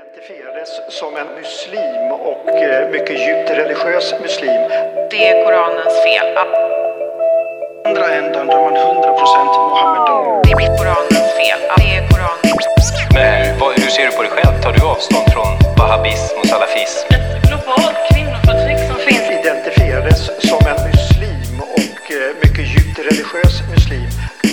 identifierades som en muslim och mycket djupt religiös muslim. Det är Koranens fel. Andra ändan där man 100% Mohammedan. Det är Koranens fel. Det är Koranens fel. Men hur ser du på dig själv? Tar du avstånd från wahhabism och salafism? Ett globalt kvinnoförtryck som finns. Identifierades som en muslim och mycket djupt religiös muslim.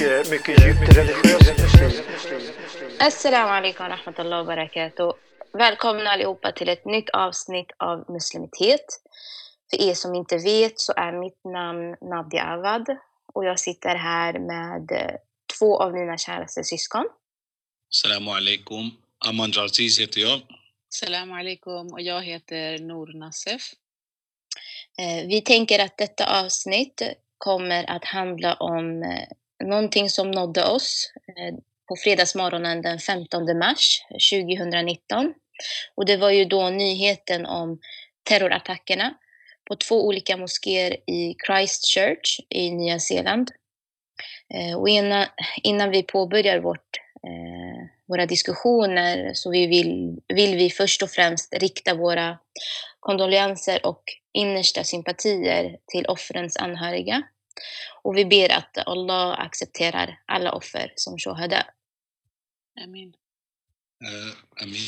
Assalamu alaikum wa rahmatullahi wa barakatuh. Välkomna allihopa till ett nytt avsnitt av Muslimitet. För er som inte vet så är mitt namn Nadia Awad och jag sitter här med två av mina käraste syskon. Assalamu alaikum. Aman Jarziz heter jag. Assalamu alaikum och jag heter Nour Nassef. Vi tänker att detta avsnitt kommer att handla om någonting som nådde oss på fredagsmorgonen den 15 mars 2019. Och det var ju då nyheten om terrorattackerna på två olika moskéer i Christchurch i Nya Zeeland. Och innan vi påbörjar våra diskussioner så vill vi först och främst rikta våra kondolenser och innersta sympatier till offrens anhöriga. Och vi ber att Allah accepterar alla offer som shuhada. Amin. Amin.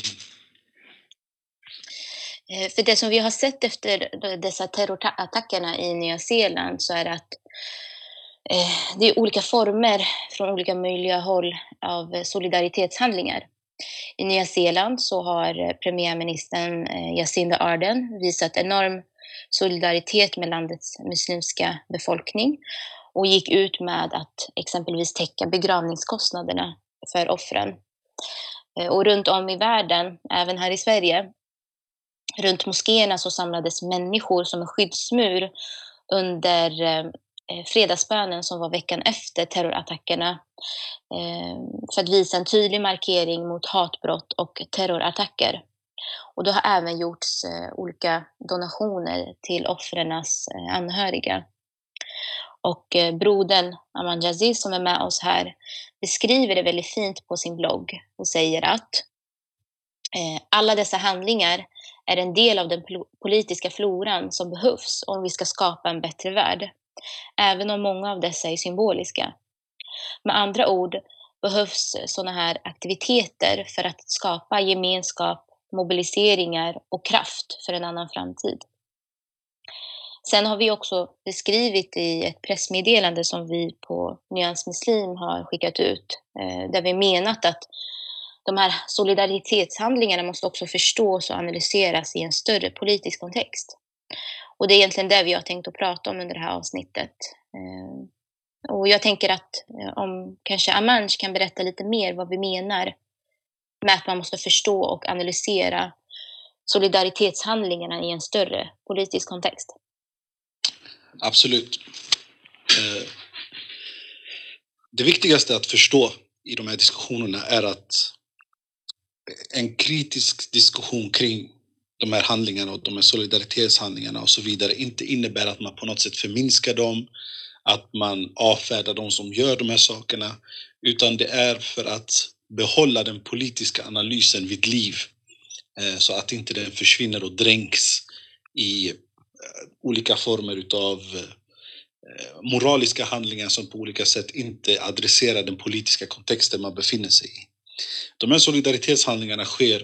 För det som vi har sett efter dessa terrorattackerna i Nya Zeeland så är det att det är olika former från olika möjliga håll av solidaritetshandlingar. I Nya Zeeland så har premiärministern Jacinda Ardern visat enorm solidaritet med landets muslimska befolkning och gick ut med att exempelvis täcka begravningskostnaderna för offren. Och runt om i världen, även här i Sverige, runt moskéerna så samlades människor som en skyddsmur under fredagsbönen som var veckan efter terrorattackerna för att visa en tydlig markering mot hatbrott och terrorattacker. Och det har även gjorts olika donationer till offrenas anhöriga. Och brodern Aman Jarziz som är med oss här beskriver det väldigt fint på sin blogg och säger att alla dessa handlingar är en del av den politiska floran som behövs om vi ska skapa en bättre värld. Även om många av dessa är symboliska. Med andra ord behövs sådana här aktiviteter för att skapa gemenskap, mobiliseringar och kraft för en annan framtid. Sen har vi också beskrivit i ett pressmeddelande som vi på Nyans Muslim har skickat ut där vi menat att de här solidaritetshandlingarna måste också förstås och analyseras i en större politisk kontext. Och det är egentligen det vi har tänkt att prata om under det här avsnittet. Och jag tänker att om kanske Aman kan berätta lite mer vad vi menar med att man måste förstå och analysera solidaritetshandlingarna i en större politisk kontext. Absolut. Det viktigaste att förstå i de här diskussionerna är att en kritisk diskussion kring de här handlingarna och de här solidaritetshandlingarna och så vidare inte innebär att man på något sätt förminskar dem, att man avfärdar de som gör de här sakerna, utan det är för att behålla den politiska analysen vid liv så att inte den försvinner och dränks i olika former utav moraliska handlingar som på olika sätt inte adresserar den politiska kontexten man befinner sig i. De här solidaritetshandlingarna sker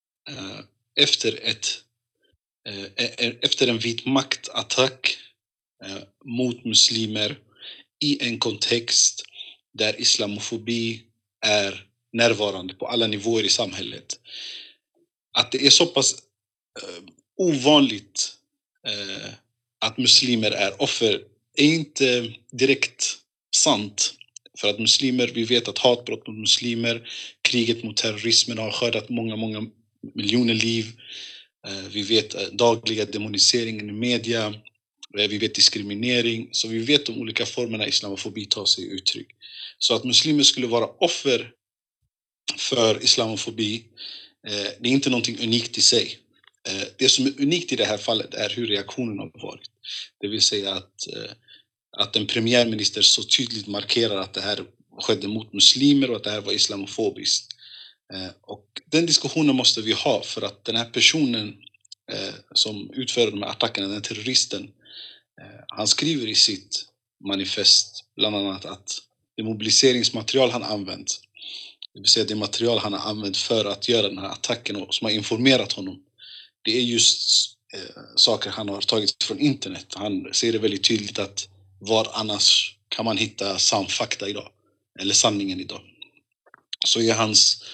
efter en vit maktattack mot muslimer i en kontext där islamofobi är närvarande på alla nivåer i samhället. Att det är så pass ovanligt att muslimer är offer är inte direkt sant. För att muslimer, vi vet att hatbrott mot muslimer, kriget mot terrorismen har skördat många miljoner liv. Vi vet dagliga demoniseringen i media. Vi vet diskriminering. Så vi vet de olika formerna islamofobi tar sig uttryck. Så att muslimer skulle vara offer för islamofobi, det är inte någonting unikt i sig. Det som är unikt i det här fallet är hur reaktionen har varit. Det vill säga att en premiärminister så tydligt markerar att det här skedde mot muslimer och att det här var islamofobiskt. Och den diskussionen måste vi ha, för att den här personen som utför de här attackerna, den terroristen, han skriver i sitt manifest bland annat att det mobiliseringsmaterial han använt, det vill säga det material han har använt för att göra den här attacken och som har informerat honom, det är just saker han har tagit från internet. Han säger det väldigt tydligt att var annars kan man hitta sann fakta idag, eller sanningen idag. Så i hans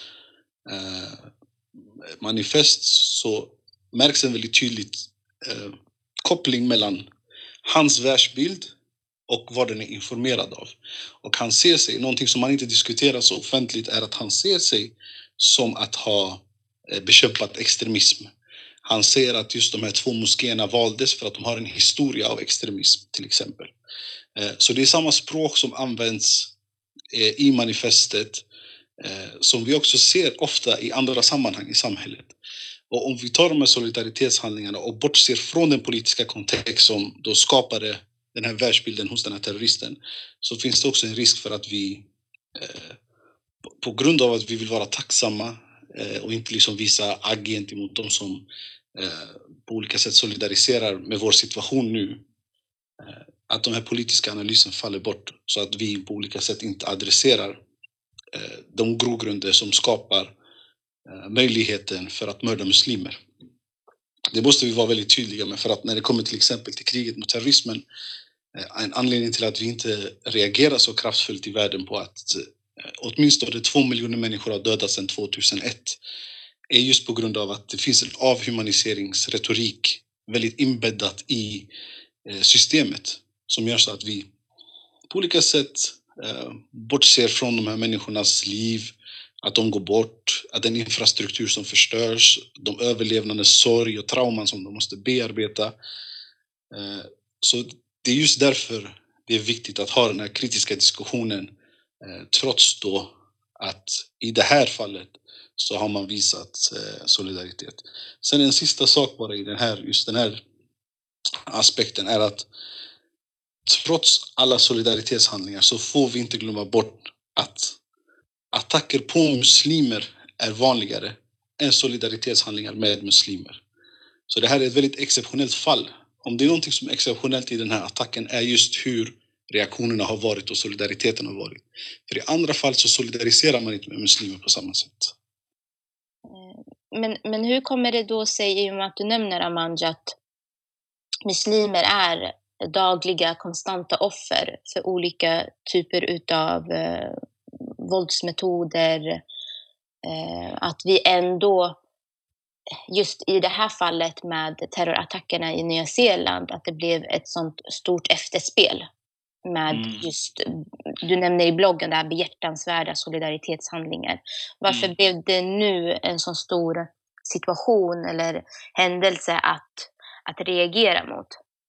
manifest så märks en väldigt tydligt koppling mellan hans världsbild och vad den är informerad av. Och han ser sig, någonting som man inte diskuterar så offentligt, är att han ser sig som att ha bekämpat extremism. Han säger att just de här 2 moskéerna valdes för att de har en historia av extremism, till exempel. Så det är samma språk som används i manifestet som vi också ser ofta i andra sammanhang i samhället. Och om vi tar de här solidaritetshandlingarna och bortser från den politiska kontext som då skapade den här världsbilden hos den här terroristen, så finns det också en risk för att vi på grund av att vi vill vara tacksamma och inte liksom visa agg gentemot de som på olika sätt solidariserar med vår situation nu, att de här politiska analysen faller bort, så att vi på olika sätt inte adresserar de grogrunder som skapar möjligheten för att mörda muslimer. Det måste vi vara väldigt tydliga med, för att när det kommer till exempel till kriget mot terrorismen, en anledning till att vi inte reagerar så kraftfullt i världen på att åtminstone 2 miljoner människor har dödats sedan 2001 är just på grund av att det finns en avhumaniseringsretorik väldigt inbäddat i systemet som gör så att vi på olika sätt bortser från de här människornas liv, att de går bort, att den infrastruktur som förstörs, de överlevnandes sorg och trauman som de måste bearbeta. Så det är just därför det är viktigt att ha den här kritiska diskussionen, trots då att i det här fallet så har man visat solidaritet. Sen en sista sak bara i just den här aspekten är att trots alla solidaritetshandlingar så får vi inte glömma bort att attacker på muslimer är vanligare än solidaritetshandlingar med muslimer. Så det här är ett väldigt exceptionellt fall. Om det är någonting som är exceptionellt i den här attacken är just hur reaktionerna har varit och solidariteten har varit. För i andra fall så solidariserar man inte med muslimer på samma sätt. Men hur kommer det då sig, i och med att du nämner, Amanj, att muslimer är dagliga, konstanta offer för olika typer utav våldsmetoder, att vi ändå just i det här fallet med terrorattackerna i Nya Zeeland, att det blev ett sånt stort efterspel med just, du nämner i bloggen, det här behjärtansvärda solidaritetshandlingar. Varför blev det nu en sån stor situation eller händelse att reagera mot?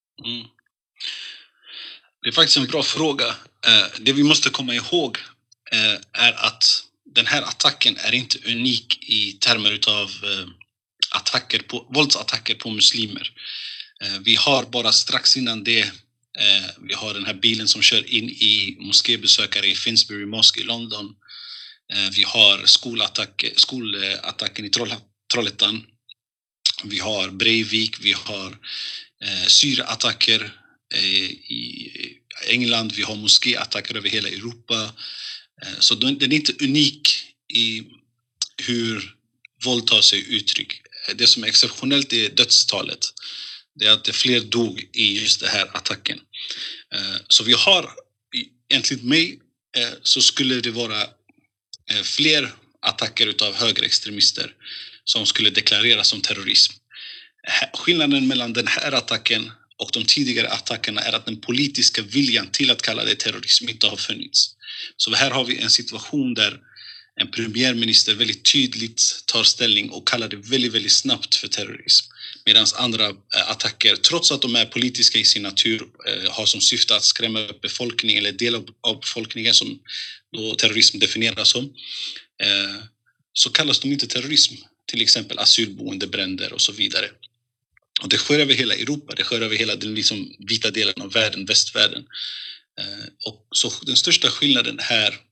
Det är faktiskt en bra fråga. Det vi måste komma ihåg är att den här attacken är inte unik i termer utav våldsattacker på muslimer. Vi har bara strax innan det, vi har den här bilen som kör in i moskébesökare i Finsbury Mosque i London. Vi har skolattacken i Trollhättan. Vi har Breivik, vi har Syriaattacker i England, vi har moskéattacker över hela Europa. Så den är inte unik i hur våld tar sig uttryck. Det som är exceptionellt är dödstalet. Det är att det fler dog i just den här attacken. Så vi har, enligt mig, så skulle det vara fler attacker utav högerextremister som skulle deklareras som terrorism. Skillnaden mellan den här attacken och de tidigare attackerna är att den politiska viljan till att kalla det terrorism inte har funnits. Så här har vi en situation där en premiärminister väldigt tydligt tar ställning och kallar det väldigt, väldigt snabbt för terrorism. Medan andra attacker, trots att de är politiska i sin natur, har som syfte att skrämma upp befolkningen eller del av befolkningen som då terrorism definieras som, så kallas de inte terrorism. Till exempel asylboende, bränder och så vidare. Och det sker över hela Europa, det sker över hela den liksom vita delen av världen, västvärlden. Och så den största skillnaden här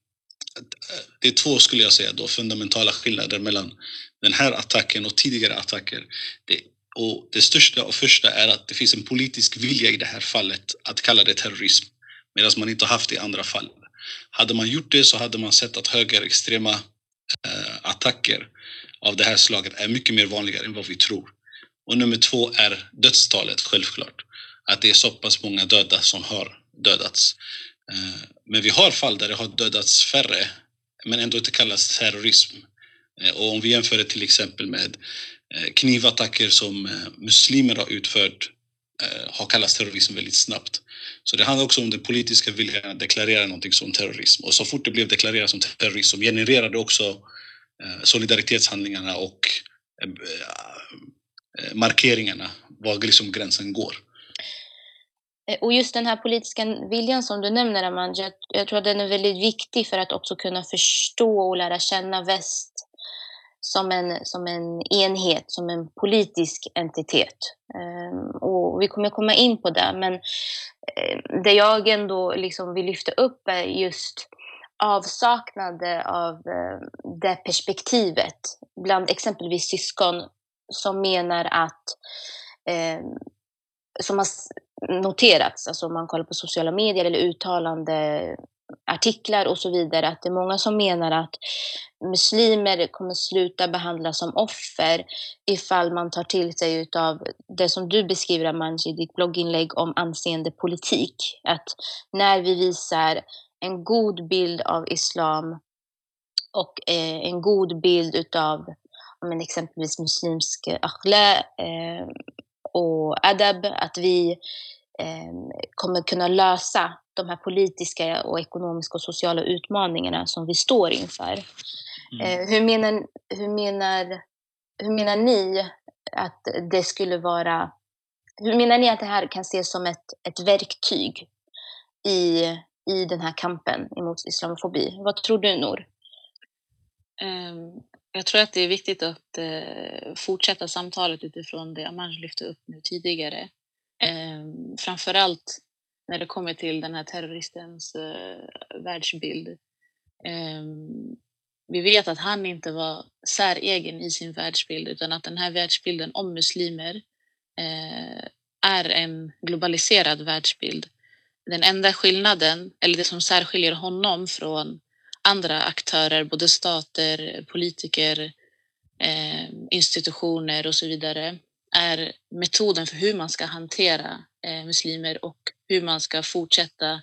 det är två, skulle jag säga då, fundamentala skillnader mellan den här attacken och tidigare attacker. Och det största och första är att det finns en politisk vilja i det här fallet att kalla det terrorism, medan man inte har haft det i andra fall. Hade man gjort det så hade man sett att högerextrema attacker av det här slaget är mycket mer vanligare än vad vi tror. Och nummer två är dödstalet, självklart. Att det är så pass många döda som har dödats. Men vi har fall där det har dödats färre, men ändå inte kallas terrorism. Och om vi jämför det till exempel med knivattacker som muslimer har utfört, har kallats terrorism väldigt snabbt. Så det handlar också om den politiska viljan att deklarera någonting som terrorism. Och så fort det blev deklarerat som terrorism så genererade också solidaritetshandlingarna och markeringarna var liksom gränsen går. Och just den här politiska viljan som du nämner, Aman, jag tror att den är väldigt viktig för att också kunna förstå och lära känna väst som en enhet, som en politisk entitet. Och vi kommer komma in på det, men det jag ändå liksom vill lyfta upp är just avsaknad av det perspektivet bland exempelvis syskon som menar att som har noterats, alltså om man kollar på sociala medier eller uttalande artiklar och så vidare, att det är många som menar att muslimer kommer sluta behandlas som offer ifall man tar till sig utav det som du beskriver, Amanji, i ditt blogginlägg om anseende politik. Att när vi visar en god bild av islam och en god bild utav exempelvis muslimsk akhla och adab, att vi kommer kunna lösa de här politiska och ekonomiska och sociala utmaningarna som vi står inför. Hur menar ni att det skulle vara, hur menar ni att det här kan ses som ett verktyg i den här kampen emot islamofobi? Vad tror du, Nour? Jag tror att det är viktigt att fortsätta samtalet utifrån det Aman lyfte upp nu tidigare. Framförallt när det kommer till den här terroristens världsbild. Vi vet att han inte var säregen i sin världsbild, utan att den här världsbilden om muslimer är en globaliserad världsbild. Den enda skillnaden, eller det som särskiljer honom från andra aktörer, både stater, politiker, institutioner och så vidare, är metoden för hur man ska hantera muslimer och hur man ska fortsätta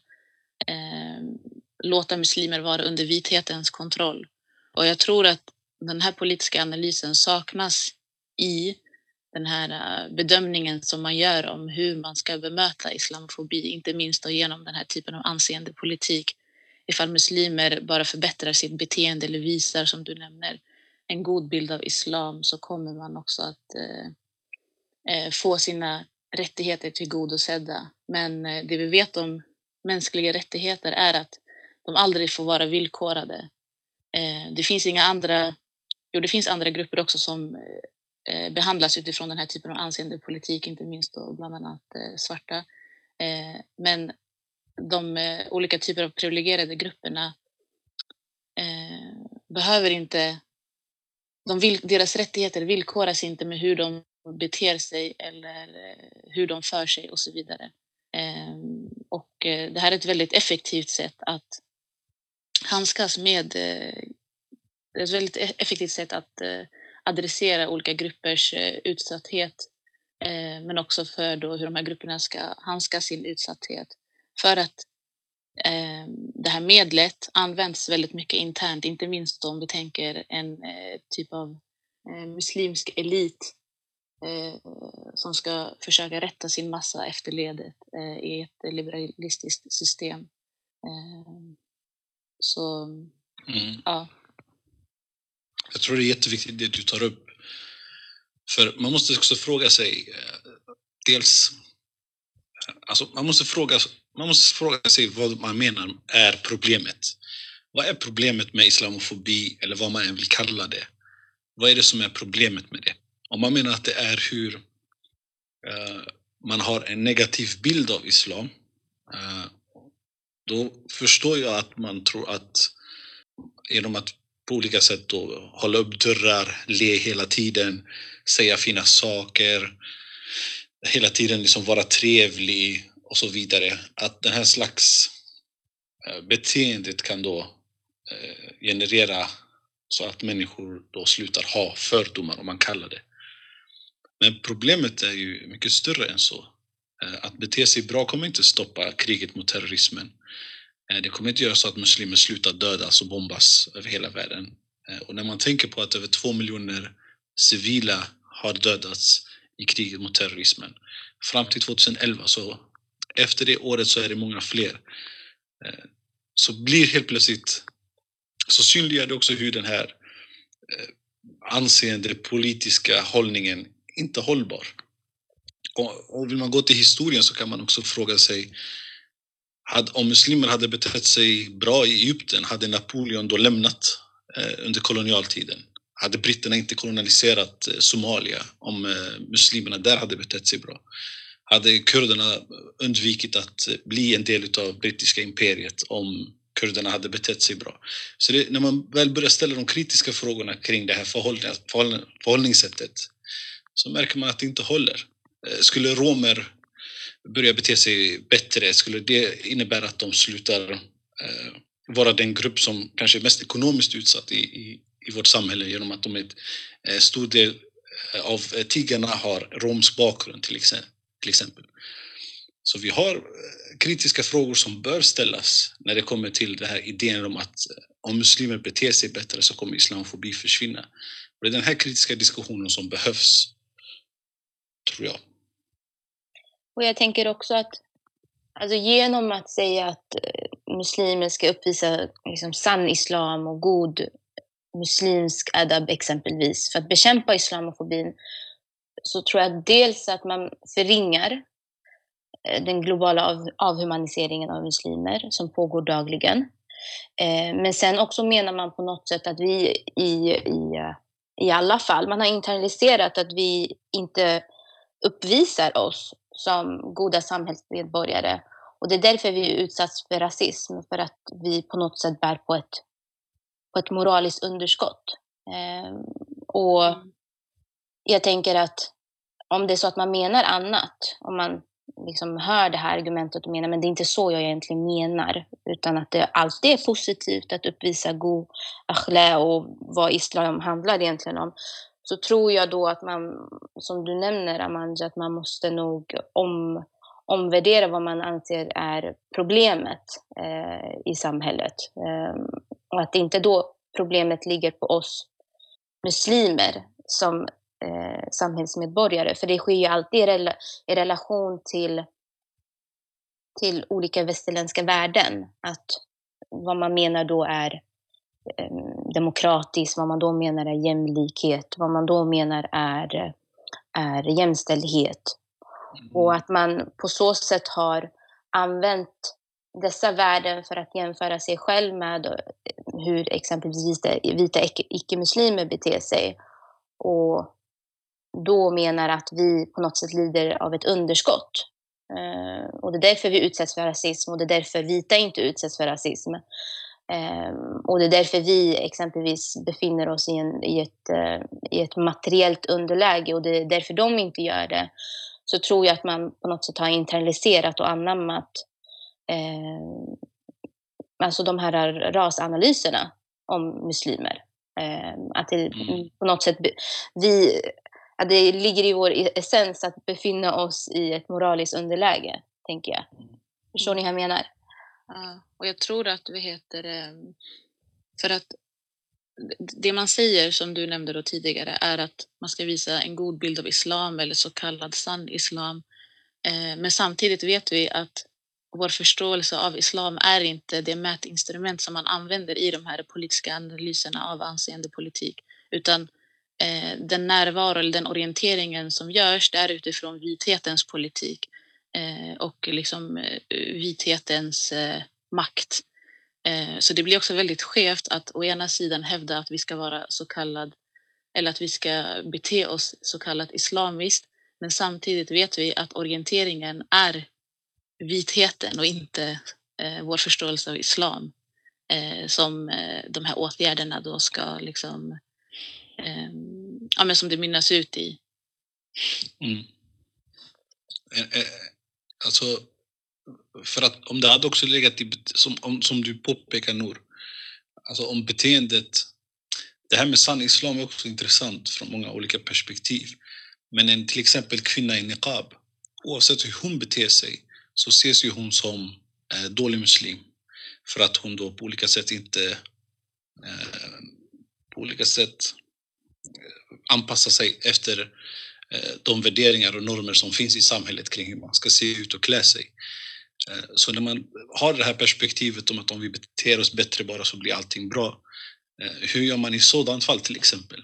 låta muslimer vara under vithetens kontroll. Och jag tror att den här politiska analysen saknas i den här bedömningen som man gör om hur man ska bemöta islamofobi, inte minst då genom den här typen av anseende politik. Ifall muslimer bara förbättrar sitt beteende eller visar, som du nämner, en god bild av islam, så kommer man också att få sina rättigheter tillgodosedda. Men det vi vet om mänskliga rättigheter är att de aldrig får vara villkorade. Det finns inga andra, det finns andra grupper också som behandlas utifrån den här typen av anseende politik, inte minst då bland annat svarta. Men de olika typer av privilegierade grupperna behöver inte, deras rättigheter villkoras inte med hur de beter sig eller hur de för sig och så vidare. Och det här är ett väldigt effektivt sätt att handskas med, ett väldigt effektivt sätt att adressera olika gruppers utsatthet, men också för då hur de här grupperna ska handskas sin utsatthet. För att det här medlet används väldigt mycket internt, inte minst om vi tänker en typ av muslimsk elit som ska försöka rätta sin massa efter ledet i ett liberalistiskt system. Så ja. Jag tror det är jätteviktigt det du tar upp. För man måste också fråga sig dels, alltså man måste fråga sig vad man menar är problemet. Vad är problemet med islamofobi, eller vad man än vill kalla det? Vad är det som är problemet med det? Om man menar att det är hur man har en negativ bild av islam, då förstår jag att man tror att genom att på olika sätt då hålla upp dörrar, le hela tiden, säga fina saker, hela tiden liksom vara trevlig och så vidare. Att den här slags beteendet kan då generera så att människor då slutar ha fördomar, om man kallar det. Men problemet är ju mycket större än så. Att bete sig bra kommer inte stoppa kriget mot terrorismen. Det kommer inte göra så att muslimer slutar dödas och bombas över hela världen. Och när man tänker på att över 2 miljoner civila har dödats i kriget mot terrorismen fram till 2011, så efter det året så är det många fler. Så blir helt plötsligt, så synliggör det också hur den här anseende politiska hållningen inte är hållbar. Och vill man gå till historien så kan man också fråga sig, om muslimer hade betett sig bra i Egypten, hade Napoleon då lämnat under kolonialtiden? Hade britterna inte koloniserat Somalia om muslimerna där hade betett sig bra? Hade kurderna undvikit att bli en del av brittiska imperiet om kurderna hade betett sig bra? Så när man väl börjar ställa de kritiska frågorna kring det här förhållningssättet så märker man att det inte håller. Skulle romer börja bete sig bättre, skulle det innebära att de slutar vara den grupp som kanske är mest ekonomiskt utsatt i vårt samhälle, genom att de är stor del av tiggarna har romsk bakgrund till exempel. Så vi har kritiska frågor som bör ställas när det kommer till den här idén om att om muslimer beter sig bättre så kommer islamofobi försvinna. Och det är den här kritiska diskussionen som behövs, tror jag. Och jag tänker också att genom att säga att muslimer ska uppvisa liksom sann islam och god muslimsk adab exempelvis för att bekämpa islamofobin, så tror jag dels att man förringar den globala avhumaniseringen av muslimer som pågår dagligen. Men sen också menar man på något sätt att vi i alla fall, man har internaliserat att vi inte uppvisar oss som goda samhällsmedborgare. Och det är därför vi utsatts för rasism, för att vi på något sätt bär på ett moraliskt underskott. Och jag tänker att om det är så att man menar annat, om man liksom hör det här argumentet och menar men det är inte så jag egentligen menar, utan att det alltid är positivt att uppvisa god akhlaq och vad islam handlar egentligen om, så tror jag då att man, som du nämner Amanja, att man måste nog omvärdera vad man anser är problemet i samhället. Och att inte då problemet ligger på oss muslimer som samhällsmedborgare. För det sker ju alltid i relation till olika västerländska värden. Att vad man menar då är demokratiskt, vad man då menar är jämlikhet, vad man då menar är jämställdhet. Och att man på så sätt har använt dessa värden för att jämföra sig själv med hur exempelvis vita icke-muslimer beter sig. Och då menar att vi på något sätt lider av ett underskott. Och det är därför vi utsätts för rasism, och det är därför vita inte utsätts för rasism. Och det är därför vi exempelvis befinner oss i ett materiellt underläge, och det är därför de inte gör det. Så tror jag att man på något sätt har internaliserat och anammat alltså de här rasanalyserna om muslimer. Att det på något sätt att det ligger i vår essens att befinna oss i ett moraliskt underläge, tänker jag. Förstår ni vad jag menar? Ja, och jag tror att för att det man säger, som du nämnde då tidigare, är att man ska visa en god bild av islam eller så kallad sann islam. Men samtidigt vet vi att vår förståelse av islam är inte det mätinstrument som man använder i de här politiska analyserna av anseende politik, utan den närvaro eller den orienteringen som görs där utifrån vithetens politik och liksom vithetens makt. Så det blir också väldigt skevt att å ena sidan hävda att vi ska vara så kallad, eller att vi ska bete oss så kallat islamiskt, men samtidigt vet vi att orienteringen är vitheten och inte vår förståelse av islam. som de här åtgärderna då ska liksom, ja men som det mynnas ut i. Mm. Alltså, för att om det hade också legat i, som du påpekar Nour, alltså om beteendet, det här med sann islam är också intressant från många olika perspektiv. Men en till exempel kvinna i niqab, oavsett hur hon beter sig så ses ju hon som dålig muslim. För att hon då på olika sätt inte anpassar sig efter de värderingar och normer som finns i samhället kring hur man ska se ut och klä sig. Så när man har det här perspektivet om att om vi beter oss bättre bara så blir allting bra. Hur gör man i sådant fall till exempel?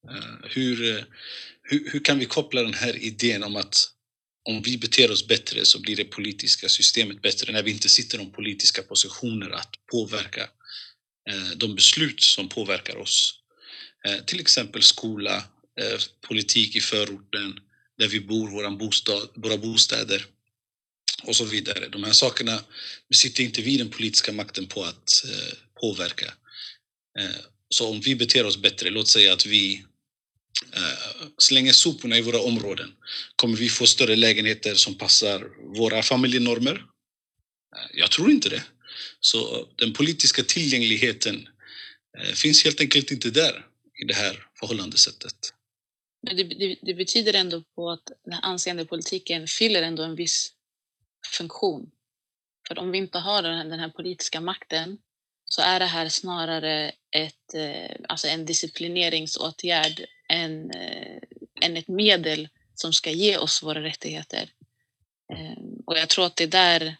Hur kan vi koppla den här idén om att om vi beter oss bättre så blir det politiska systemet bättre när vi inte sitter i de politiska positioner att påverka de beslut som påverkar oss. Till exempel skola, politik i förorten, där vi bor, våra bostäder och så vidare. De här sakerna besitter inte vi den politiska makten på att påverka. Så om vi beter oss bättre, låt säga att vi slänger soporna i våra områden, kommer vi få större lägenheter som passar våra familjenormer? Jag tror inte det. Så den politiska tillgängligheten finns helt enkelt inte där i det här förhållandesättet. Men det betyder ändå på att den här anseendepolitiken fyller ändå en viss funktion. För om vi inte har den här politiska makten så är det här snarare alltså en disciplineringsåtgärd än ett medel som ska ge oss våra rättigheter. Och jag tror att det är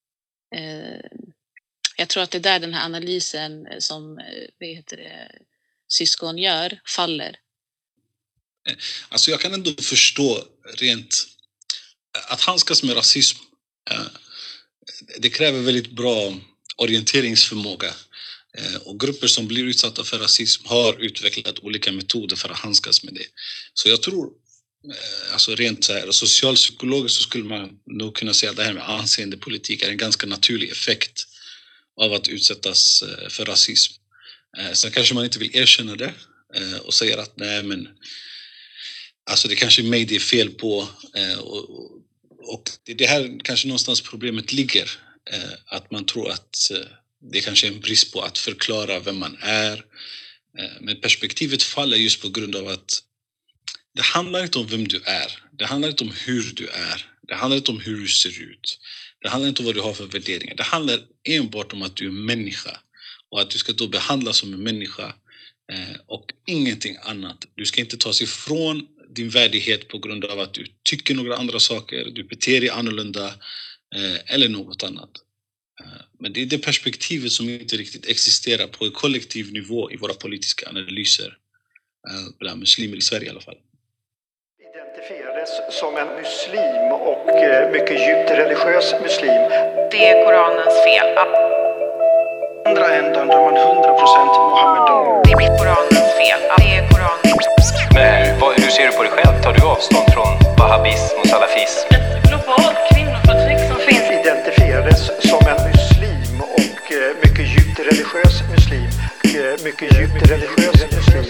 där den här analysen som syskon gör faller. Alltså jag kan ändå förstå rent att handskas med rasism. Det kräver väldigt bra orienteringsförmåga. Och grupper som blir utsatta för rasism har utvecklat olika metoder för att handskas med det. Så jag tror, alltså rent så här, socialpsykologiskt så skulle man nog kunna säga att det här med anseendepolitik är en ganska naturlig effekt av att utsättas för rasism. Sen kanske man inte vill erkänna det och säga att nej men alltså det kanske är mig det är fel på och det här kanske någonstans problemet ligger, att man tror att det kanske är en brist på att förklara vem man är. Men perspektivet faller just på grund av att det handlar inte om vem du är. Det handlar inte om hur du är. Det handlar inte om hur du ser ut. Det handlar inte om vad du har för värderingar. Det handlar enbart om att du är människa. Och att du ska då behandlas som en människa. Och ingenting annat. Du ska inte tas ifrån din värdighet på grund av att du tycker några andra saker. Du beter dig annorlunda. Eller något annat. Men det är det perspektivet som inte riktigt existerar på en kollektiv nivå i våra politiska analyser. Bland muslimer i Sverige i alla fall. Identifierades som en muslim och mycket djupt religiös muslim. Det är Koranens fel. Andra ändan är man 100% Mohammedan. Det är Koranens fel. Det är Koranens fel. Men hur ser du på dig själv? Tar du avstånd från wahhabism och salafism? Ett globalt kvinnoförtryck som finns. Identifierades som en muslim och mycket djupt religiös muslim. Mycket djupt religiös muslim.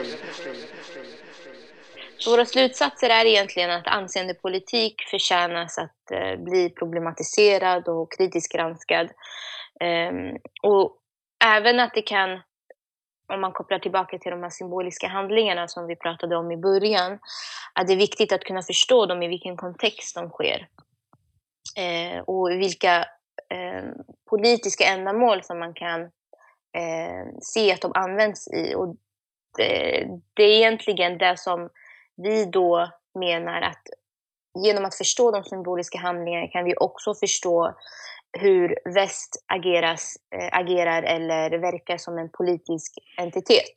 Så våra slutsatser är egentligen att anseendepolitik förtjänas att bli problematiserad och kritiskt granskad. Och även att det kan, om man kopplar tillbaka till de här symboliska handlingarna som vi pratade om i början, att det är viktigt att kunna förstå dem i vilken kontext de sker. Och vilka politiska ändamål som man kan se att de används i. Och det är egentligen det som vi då menar, att genom att förstå de symboliska handlingarna kan vi också förstå hur väst agerar eller verkar som en politisk entitet.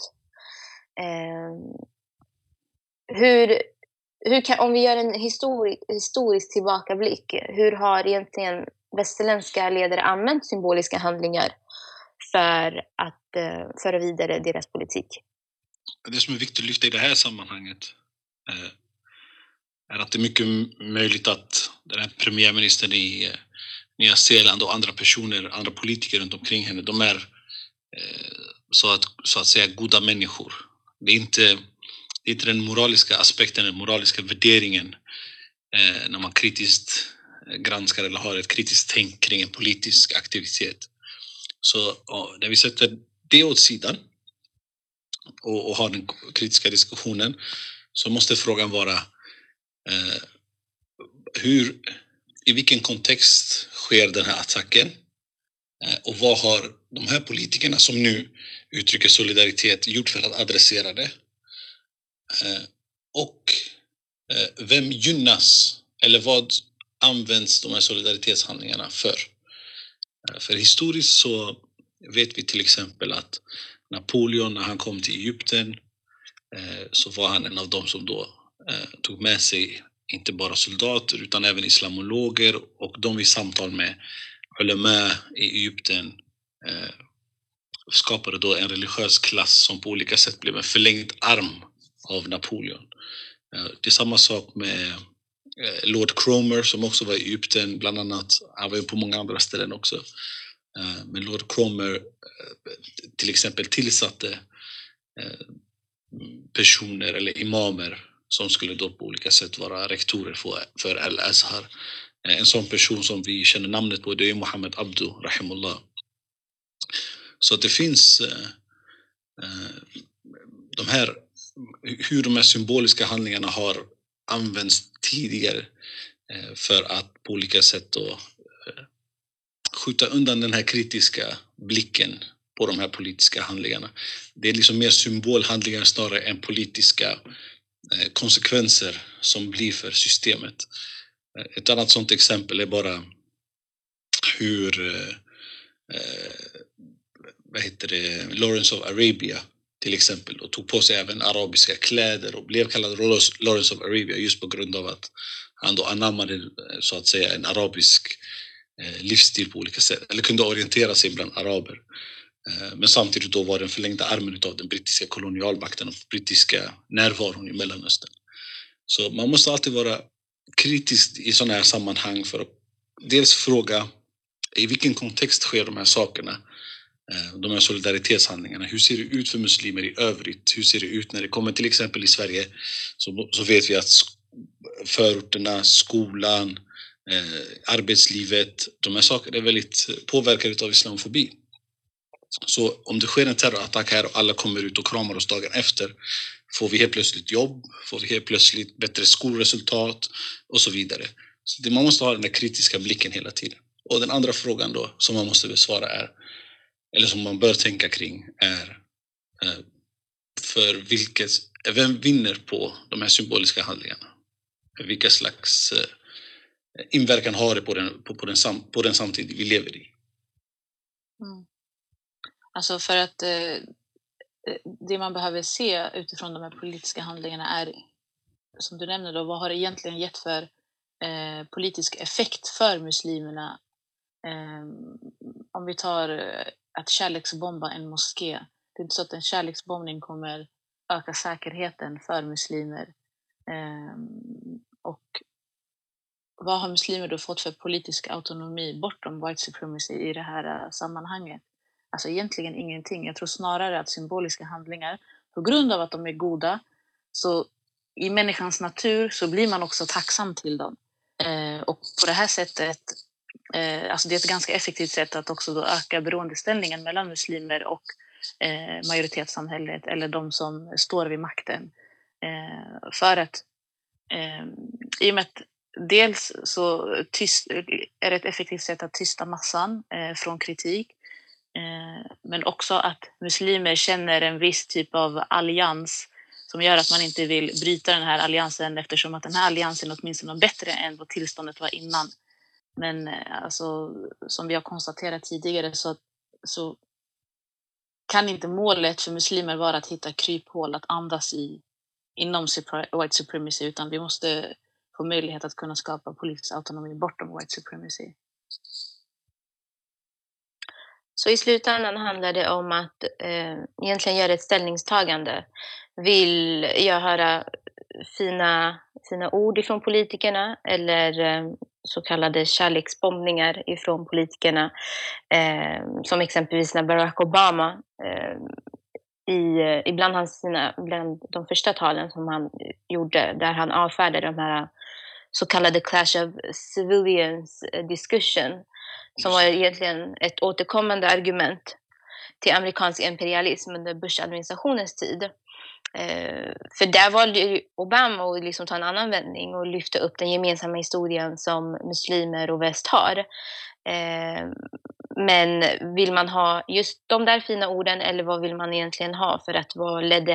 Om vi gör en historisk tillbakablick, hur har egentligen västerländska ledare använt symboliska handlingar för att föra vidare deras politik? Det som är viktigt att lyfta i det här sammanhanget är att det är mycket möjligt att den här premiärministern i Nya Zeeland och andra personer, andra politiker runt omkring henne, de är så att säga goda människor. Det är inte den moraliska aspekten, den moraliska värderingen när man kritiskt granskar eller har ett kritiskt tänk kring en politisk aktivitet. Så när vi sätter det åt sidan och har den kritiska diskussionen, så måste frågan vara i vilken kontext sker den här attacken, och vad har de här politikerna som nu uttrycker solidaritet gjort för att adressera det, och vem gynnas eller vad används de här solidaritetshandlingarna för? För historiskt så vet vi till exempel att Napoleon, när han kom till Egypten, så var han en av dem som då tog med sig inte bara soldater utan även islamologer, och de i samtal med ulema i Egypten skapade då en religiös klass som på olika sätt blev en förlängd arm av Napoleon. Det är samma sak med Lord Cromer som också var i Egypten, bland annat. Han var ju på många andra ställen också. Men Lord Cromer till exempel tillsatte personer eller imamer som skulle då på olika sätt vara rektorer för Al-Azhar. En sån person som vi känner namnet på, det är Mohammed Abdu, rahimullah. Så att det finns hur de här symboliska handlingarna har använts tidigare för att på olika sätt då skjuta undan den här kritiska blicken på de här politiska handlingarna. Det är liksom mer symbolhandlingar snarare än politiska konsekvenser som blir för systemet. Ett annat sådant exempel är bara hur Lawrence of Arabia till exempel, och tog på sig även arabiska kläder och blev kallad Lawrence of Arabia just på grund av att han då anammade så att säga en arabisk livsstil på olika sätt, eller kunde orientera sig bland araber. Men samtidigt då var den förlängda armen av den brittiska kolonialmakten och brittiska närvaron i Mellanöstern. Så man måste alltid vara kritisk i sådana här sammanhang för att dels fråga i vilken kontext sker de här sakerna, de här solidaritetshandlingarna. Hur ser det ut för muslimer i övrigt? Hur ser det ut när det kommer till exempel i Sverige? Så vet vi att förorterna, skolan, arbetslivet, de här sakerna är väldigt påverkade av islamofobi. Så om det sker en terrorattack här och alla kommer ut och kramar oss dagen efter, får vi helt plötsligt jobb, får vi helt plötsligt bättre skolresultat och så vidare. Så man måste ha den där kritiska blicken hela tiden. Och den andra frågan då som man måste besvara är, eller som man bör tänka kring, är vem vinner på de här symboliska handlingarna? Vilka slags inverkan har det på den samtid vi lever i? Alltså för att det man behöver se utifrån de här politiska handlingarna är, som du nämnde då, vad har det egentligen gett för politisk effekt för muslimerna? Om vi tar att kärleksbomba en moské, det är inte så att en kärleksbombning kommer öka säkerheten för muslimer. Och vad har muslimer då fått för politisk autonomi bortom white supremacy i det här sammanhanget? Alltså egentligen ingenting. Jag tror snarare att symboliska handlingar, på grund av att de är goda, så i människans natur så blir man också tacksam till dem. Och på det här sättet, alltså det är ett ganska effektivt sätt att också då öka beroendeställningen mellan muslimer och majoritetssamhället eller de som står vid makten. För att i och med att dels så är det ett effektivt sätt att tysta massan från kritik, men också att muslimer känner en viss typ av allians som gör att man inte vill bryta den här alliansen, eftersom att den här alliansen åtminstone är bättre än vad tillståndet var innan. Men alltså, som vi har konstaterat tidigare så kan inte målet för muslimer vara att hitta kryphål att andas inom white supremacy, utan vi måste få möjlighet att kunna skapa politisk autonomi bortom white supremacy. Så i slutändan handlar det om att egentligen göra ett ställningstagande. Vill jag höra fina ord ifrån politikerna, eller så kallade kärleksbombningar ifrån politikerna. Som exempelvis när Barack Obama bland de första talen som han gjorde, där han avfärdade de här så kallade Clash of Civilians discussion, som var egentligen ett återkommande argument till amerikansk imperialism under Bush-administrationens tid. För där valde ju Obama att liksom ta en annan vändning och lyfta upp den gemensamma historien som muslimer och väst har. Men vill man ha just de där fina orden, eller vad vill man egentligen ha? För att vad ledde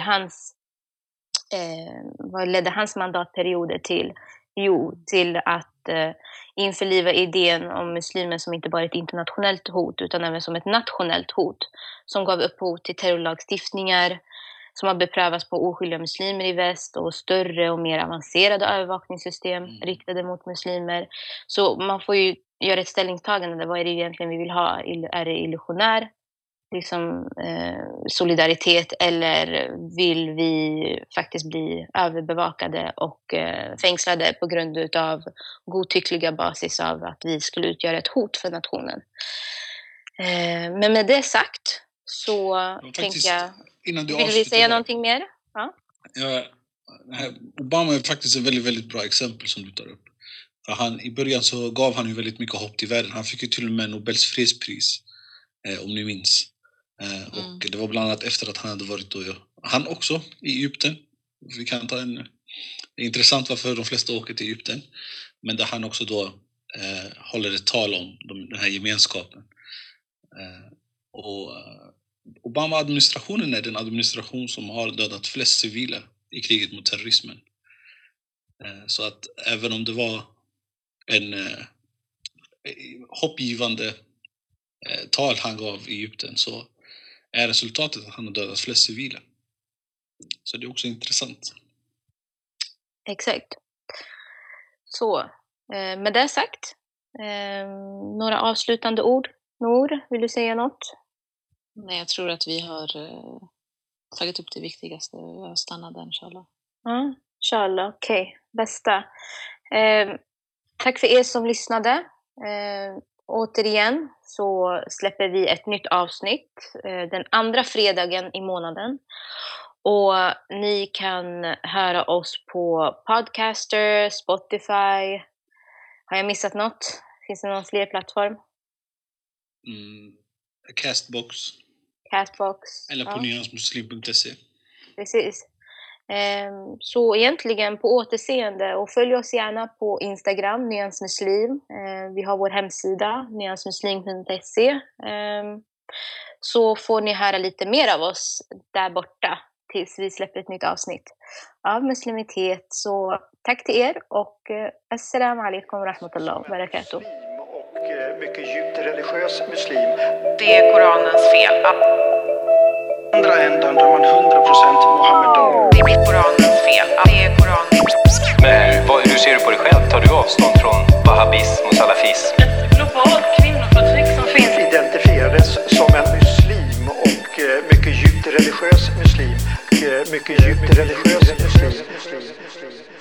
hans mandatperioder till? Jo, till att införliva idén om muslimer som inte bara ett internationellt hot utan även som ett nationellt hot, som gav upphov till terrorlagstiftningar som har beprövats på oskyldiga muslimer i väst och större och mer avancerade övervakningssystem riktade mot muslimer. Så man får ju göra ett ställningstagande. Vad är det egentligen vi vill ha? Är det illusionär liksom, solidaritet, eller vill vi faktiskt bli överbevakade och fängslade på grund av godtyckliga basis av att vi skulle utgöra ett hot för nationen? Men med det sagt så tänker jag... Vill vi säga någonting mer? Ja, Obama är faktiskt ett väldigt, väldigt bra exempel som du tar upp. I början så gav han ju väldigt mycket hopp till världen. Han fick ju till och med Nobels fredspris, om ni minns. Och det var bland annat efter att han hade varit då, han också i Egypten. Vi kan ta det är intressant varför de flesta åker till Egypten. Men där han också då håller ett tal om den här gemenskapen. Obama-administrationen är den administration som har dödat flest civila i kriget mot terrorismen. Så att även om det var en hoppgivande tal han gav i Egypten, så är resultatet att han har dödat flest civila. Så det är också intressant. Exakt. Så, med det sagt, några avslutande ord. Nour, vill du säga något? Nej, jag tror att vi har tagit upp det viktigaste. Jag stannar där, inshallah. Ja, inshallah. Okej, bästa. Tack för er som lyssnade. Återigen så släpper vi ett nytt avsnitt den andra fredagen i månaden. Och ni kan höra oss på Podcaster, Spotify. Har jag missat något? Finns det någon fler plattform? Castbox. Eller på nyansmuslim.se. Precis. Så egentligen på återseende, och följ oss gärna på Instagram, nyansmuslim. Vi har vår hemsida, nyansmuslim.se. Så får ni höra lite mer av oss där borta tills vi släpper ett nytt avsnitt av muslimitet. Så tack till er och assalamu alaikum wa rahmatullahi wa barakatuh. Och mycket djupt religiös muslim. Det är Koranens fel. Andra ändan där man 100% Mohammedan. Det är Koranens fel. Det är Koranens. Men hur ser du på dig själv? Tar du avstånd från wahhabism och salafism? Ett globalt kvinnoförtryck som finns. Identifierades som en muslim och mycket djupt religiös muslim. Mycket djupt religiös muslim.